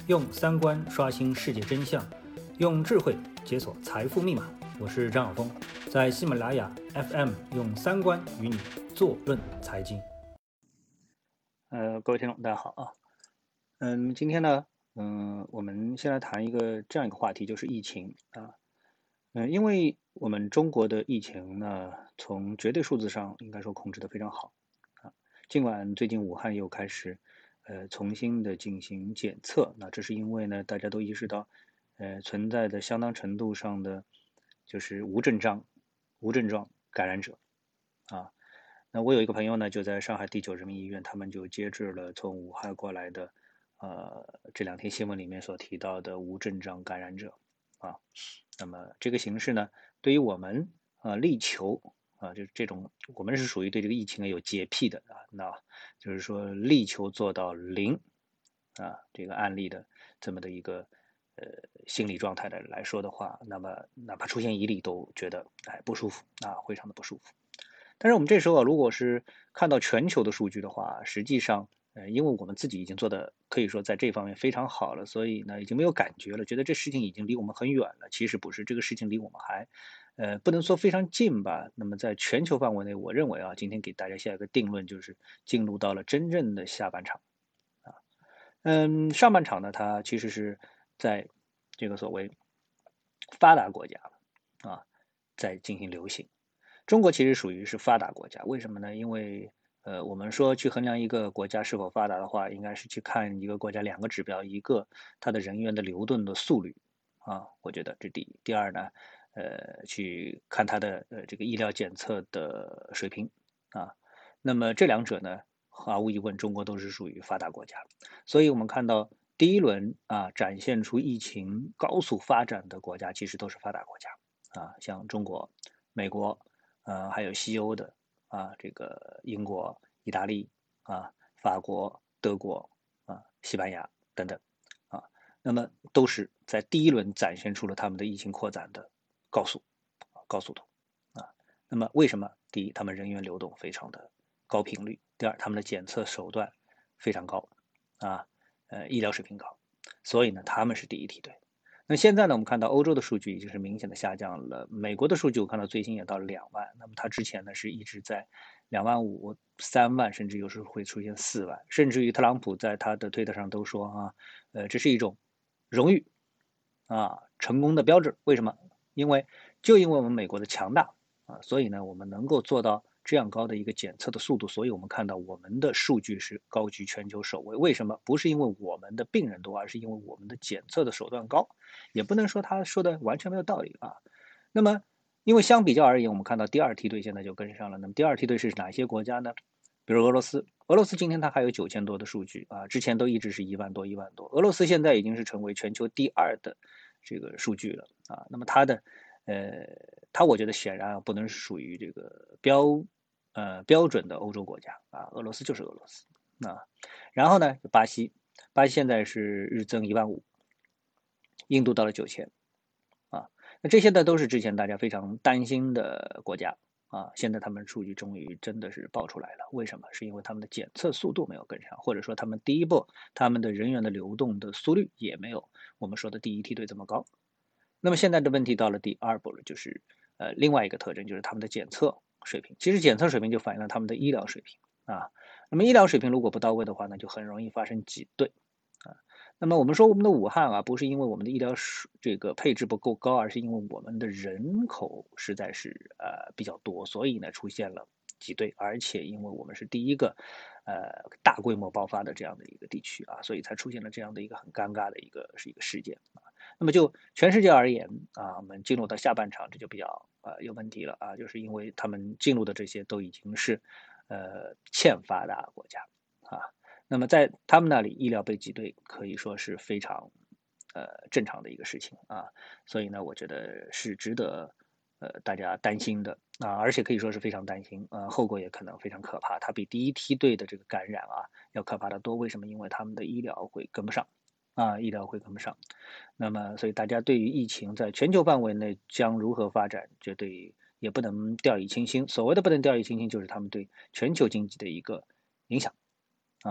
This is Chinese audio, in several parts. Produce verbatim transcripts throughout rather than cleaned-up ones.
用三观刷新世界真相，用智慧解锁财富密码。我是张晓峰，在喜马拉雅 F M 用三观与你坐论财经。呃，各位听众，大家好啊。嗯，今天呢，嗯，我们先来谈一个这样一个话题，就是疫情啊。嗯，因为我们中国的疫情呢，从绝对数字上应该说控制得非常好啊。尽管最近武汉又开始呃重新的进行检测，那这是因为呢，大家都意识到呃存在的相当程度上的就是无症状无症状感染者啊。那我有一个朋友呢，就在上海第九人民医院，他们就接治了从武汉过来的呃这两天新闻里面所提到的无症状感染者啊。那么这个形势呢，对于我们啊、呃、力求啊，就是这种我们是属于对这个疫情有洁癖的啊，那就是说力求做到零啊这个案例的这么的一个呃心理状态的来说的话，那么哪怕出现一例都觉得哎不舒服啊，非常的不舒服。但是我们这时候啊，如果是看到全球的数据的话，实际上，呃，因为我们自己已经做的可以说在这方面非常好了，所以呢，已经没有感觉了，觉得这事情已经离我们很远了。其实不是，这个事情离我们还，呃，不能说非常近吧。那么在全球范围内，我认为啊，今天给大家下一个定论，就是进入到了真正的下半场啊。嗯，上半场呢，它其实是在这个所谓发达国家啊，在进行流行。中国其实属于是发达国家，为什么呢？因为呃，我们说去衡量一个国家是否发达的话，应该是去看一个国家两个指标，一个它的人员的流动的速率啊，我觉得这第一。第二呢，呃，去看它的呃这个医疗检测的水平啊。那么这两者呢，毫无疑问，中国都是属于发达国家。所以我们看到第一轮啊，展现出疫情高速发展的国家，其实都是发达国家啊，像中国、美国。呃，还有西欧的啊，这个英国、意大利啊、法国、德国啊、西班牙等等啊，那么都是在第一轮展现出了他们的疫情扩展的高速高速度啊。那么为什么？第一，他们人员流动非常的高频率；第二，他们的检测手段非常高啊，呃，医疗水平高，所以呢，他们是第一梯队。那现在呢，我们看到欧洲的数据已经是明显的下降了，美国的数据我看到最新也到了两万，那么它之前呢是一直在两万五、三万，甚至有时候会出现四万，甚至于特朗普在他的推特上都说啊，呃，这是一种荣誉啊，成功的标志。为什么？因为就因为我们美国的强大啊，所以呢，我们能够做到这样高的一个检测的速度，所以我们看到我们的数据是高居全球首位。为什么？不是因为我们的病人多，而是因为我们的检测的手段高。也不能说他说的完全没有道理啊。那么，因为相比较而言，我们看到第二梯队现在就跟上了。那么第二梯队是哪些国家呢？比如俄罗斯，俄罗斯今天它还有九千多的数据啊，之前都一直是一万多一万多。俄罗斯现在已经是成为全球第二的这个数据了啊。那么它的呃，它我觉得显然不能属于这个标呃标准的欧洲国家啊，俄罗斯就是俄罗斯啊。然后呢，巴西，巴西现在是日增一万五，印度到了九千。啊，那这些呢都是之前大家非常担心的国家啊，现在他们数据终于真的是爆出来了。为什么？是因为他们的检测速度没有跟上，或者说他们第一步他们的人员的流动的速率也没有我们说的第一梯队这么高。那么现在的问题到了第二步了，就是呃另外一个特征就是他们的检测水平。其实检测水平就反映了他们的医疗水平啊。那么医疗水平如果不到位的话呢，就很容易发生挤兑啊。那么我们说我们的武汉啊，不是因为我们的医疗这个配置不够高，而是因为我们的人口实在是呃比较多，所以呢出现了挤兑，而且因为我们是第一个呃大规模爆发的这样的一个地区啊，所以才出现了这样的一个很尴尬的一个是一个事件啊。那么就全世界而言啊，我们进入到下半场这就比较呃有问题了啊，就是因为他们进入的这些都已经是呃欠发达国家啊。那么在他们那里，医疗被挤兑可以说是非常，呃，正常的一个事情啊，所以呢，我觉得是值得，呃，大家担心的啊，而且可以说是非常担心，呃，后果也可能非常可怕。它比第一梯队的这个感染啊要可怕的多。为什么？因为他们的医疗会跟不上啊，医疗会跟不上。那么，所以大家对于疫情在全球范围内将如何发展，绝对也不能掉以轻心。所谓的不能掉以轻心，就是他们对全球经济的一个影响。啊，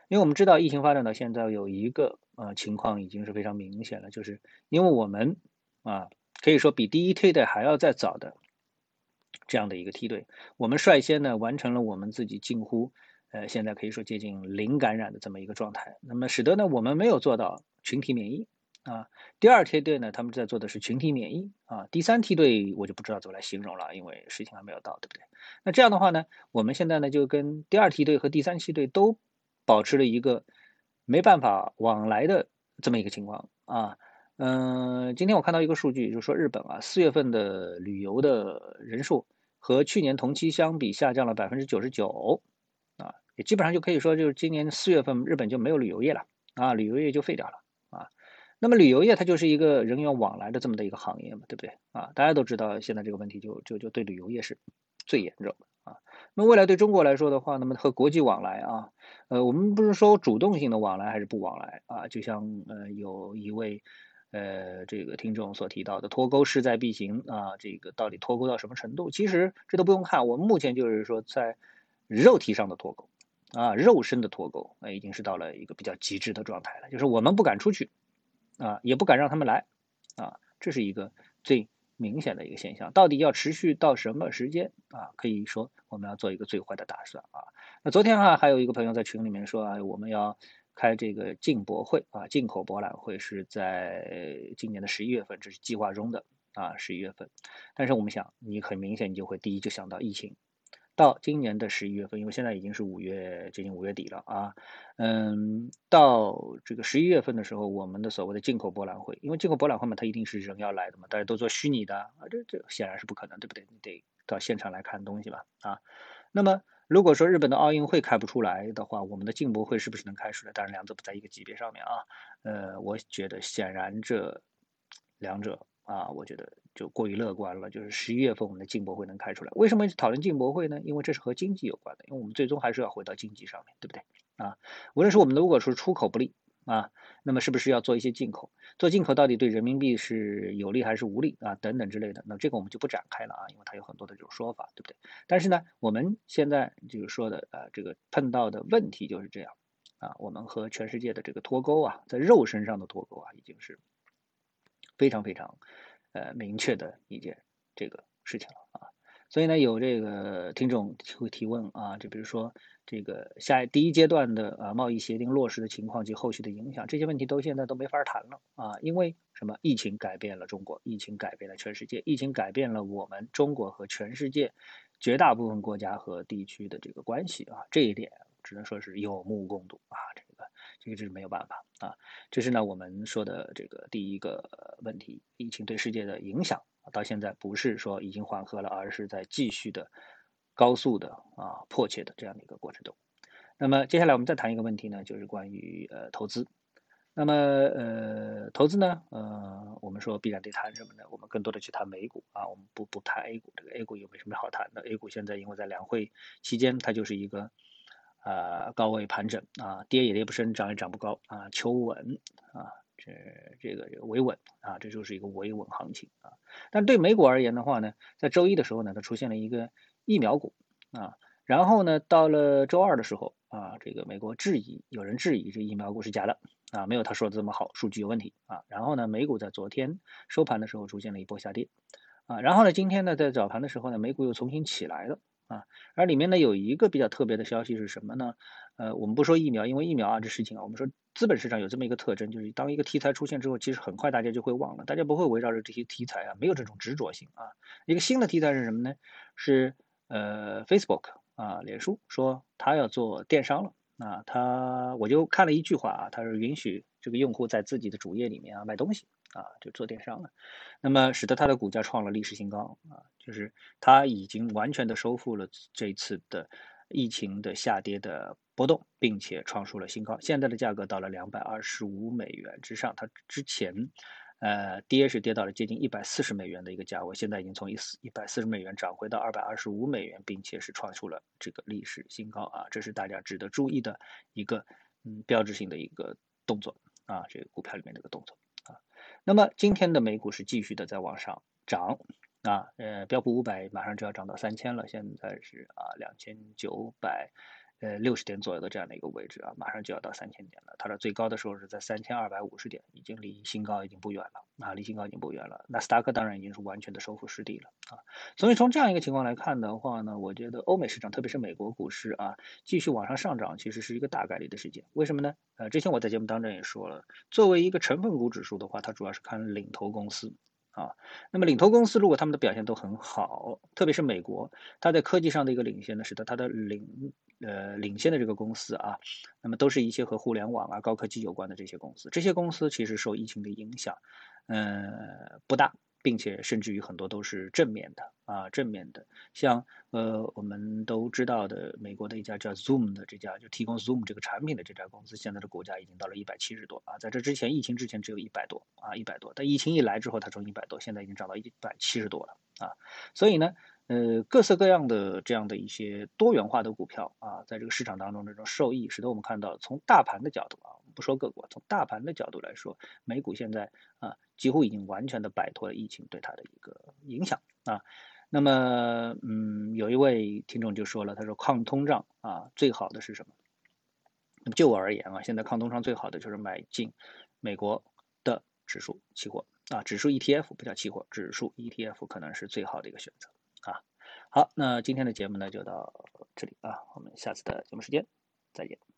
因为我们知道疫情发展到现在有一个呃情况已经是非常明显了，就是因为我们啊可以说比第一梯队还要再早的这样的一个梯队，我们率先呢完成了我们自己近乎呃现在可以说接近零感染的这么一个状态，那么使得呢我们没有做到群体免疫啊。第二梯队呢他们在做的是群体免疫啊，第三梯队我就不知道怎么来形容了，因为事情还没有到，对不对？那这样的话呢，我们现在呢就跟第二梯队和第三梯队都保持了一个没办法往来的这么一个情况啊。嗯、呃今天我看到一个数据，就是说日本啊，四月份的旅游的人数和去年同期相比下降了百分之九十九啊，也基本上就可以说，就是今年四月份日本就没有旅游业了啊，旅游业就废掉了啊。那么旅游业它就是一个人员往来的这么的一个行业嘛，对不对啊？大家都知道现在这个问题就就就对旅游业是最严重的啊。那未来对中国来说的话，那么和国际往来啊，呃，我们不是说主动性的往来还是不往来啊？就像呃有一位呃这个听众所提到的，脱钩势在必行啊，这个到底脱钩到什么程度？其实这都不用看，我们目前就是说在肉体上的脱钩啊，肉身的脱钩，呃，已经是到了一个比较极致的状态了，就是我们不敢出去啊，也不敢让他们来啊，这是一个最明显的一个现象。到底要持续到什么时间啊？可以说我们要做一个最坏的打算啊。那昨天啊，还有一个朋友在群里面说啊，我们要开这个进博会啊，进口博览会是在今年的十一月份，这是计划中的啊，十一月份。但是我们想，你很明显你就会第一就想到疫情。到今年的十一月份，因为现在已经是五月接近五月底了啊，嗯，到这个十一月份的时候，我们的所谓的进口博览会，因为进口博览会嘛，它一定是人要来的嘛，大家都做虚拟的啊，这这显然是不可能，对不对？你得到现场来看东西吧啊。那么如果说日本的奥运会开不出来的话，我们的进博会是不是能开出来？当然两者不在一个级别上面啊。呃，我觉得显然这两者啊，我觉得就过于乐观了。就是十一月份我们的进博会能开出来，为什么讨论进博会呢？因为这是和经济有关的，因为我们最终还是要回到经济上面，对不对？啊，无论是我们如果说出口不利啊，那么是不是要做一些进口？做进口到底对人民币是有利还是无利啊？等等之类的，那这个我们就不展开了啊，因为它有很多的这种说法，对不对？但是呢，我们现在就是说的呃，这个碰到的问题就是这样啊，我们和全世界的这个脱钩啊，在肉身上的脱钩啊，已经是非常非常呃明确的一件这个事情了啊。所以呢，有这个听众会提问啊，就比如说这个下第一阶段的呃贸易协定落实的情况及后续的影响，这些问题都现在都没法谈了啊，因为什么？疫情改变了中国，疫情改变了全世界，疫情改变了我们中国和全世界绝大部分国家和地区的这个关系啊，这一点只能说是有目共睹啊，这个这个是没有办法啊。这是呢我们说的这个第一个问题，疫情对世界的影响到现在不是说已经缓和了，而是在继续的高速的啊迫切的这样的一个过程中。那么接下来我们再谈一个问题呢，就是关于呃投资。那么呃投资呢，呃我们说必然得谈什么呢？我们更多的去谈美股啊，我们不不谈 A 股。这个 A 股又没什么好谈的？A 股现在因为在两会期间，它就是一个呃高位盘整啊，跌也跌不深，涨也涨不高啊，求稳啊，这这个这个维稳啊，这就是一个维稳行情啊。但对美股而言的话呢，在周一的时候呢，它出现了一个疫苗股啊，然后呢，到了周二的时候啊，这个美国质疑，有人质疑这疫苗股是假的啊，没有他说的这么好，数据有问题啊。然后呢，美股在昨天收盘的时候出现了一波下跌啊，然后呢，今天呢，在早盘的时候呢，美股又重新起来了。啊，而里面呢有一个比较特别的消息是什么呢？呃，我们不说疫苗，因为疫苗啊这事情啊，我们说资本市场有这么一个特征，就是当一个题材出现之后，其实很快大家就会忘了，大家不会围绕着这些题材啊，没有这种执着性啊。一个新的题材是什么呢？是呃 Facebook 啊，脸书说他要做电商了啊，他我就看了一句话啊，他是允许这个用户在自己的主页里面啊卖东西啊，就做电商了。那么使得它的股价创了历史新高啊，就是它已经完全的收复了这一次的疫情的下跌的波动，并且创出了新高。现在的价格到了两百二十五美元之上，它之前呃跌是跌到了接近一百四十美元的一个价位，现在已经从一一百四十美元涨回到二百二十五美元，并且是创出了这个历史新高啊，这是大家值得注意的一个嗯标志性的一个动作啊，这个股票里面的一个动作。那么今天的美股是继续的在往上涨啊，呃，标普五百马上就要涨到三千了，现在是啊两千九百呃六十点左右的这样的一个位置啊，马上就要到三千点了。它的最高的时候是在三千二百五十点，已经离新高已经不远了啊，离新高已经不远了。纳斯达克当然已经是完全的收复失地了啊。所以从这样一个情况来看的话呢，我觉得欧美市场，特别是美国股市啊，继续往上上涨，其实是一个大概率的事件。为什么呢？呃，之前我在节目当中也说了，作为一个成分股指数的话，它主要是看领头公司。啊，那么领头公司如果他们的表现都很好，特别是美国，它在科技上的一个领先呢，使得它的领呃领先的这个公司啊，那么都是一些和互联网啊、高科技有关的这些公司。这些公司其实受疫情的影响，呃不大，并且甚至于很多都是正面的啊，正面的。像呃我们都知道的美国的一家叫 Zoom 的这家就提供 Zoom 这个产品的这家公司，现在的股价已经到了一百七十多啊，在这之前疫情之前只有一百多啊，一百多，但疫情一来之后，它从一百多现在已经涨到一百七十多了啊，所以呢。呃，各色各样的这样的一些多元化的股票啊，在这个市场当中这种受益，使得我们看到从大盘的角度啊，不说个股，从大盘的角度来说，美股现在啊几乎已经完全的摆脱了疫情对它的一个影响啊。那么，嗯，有一位听众就说了，他说抗通胀啊，最好的是什么？那么就我而言啊，现在抗通胀最好的就是买进美国的指数期货啊，指数 E T F 不叫期货，指数 E T F 可能是最好的一个选择啊。好，那今天的节目呢就到这里啊，我们下次的节目时间再见。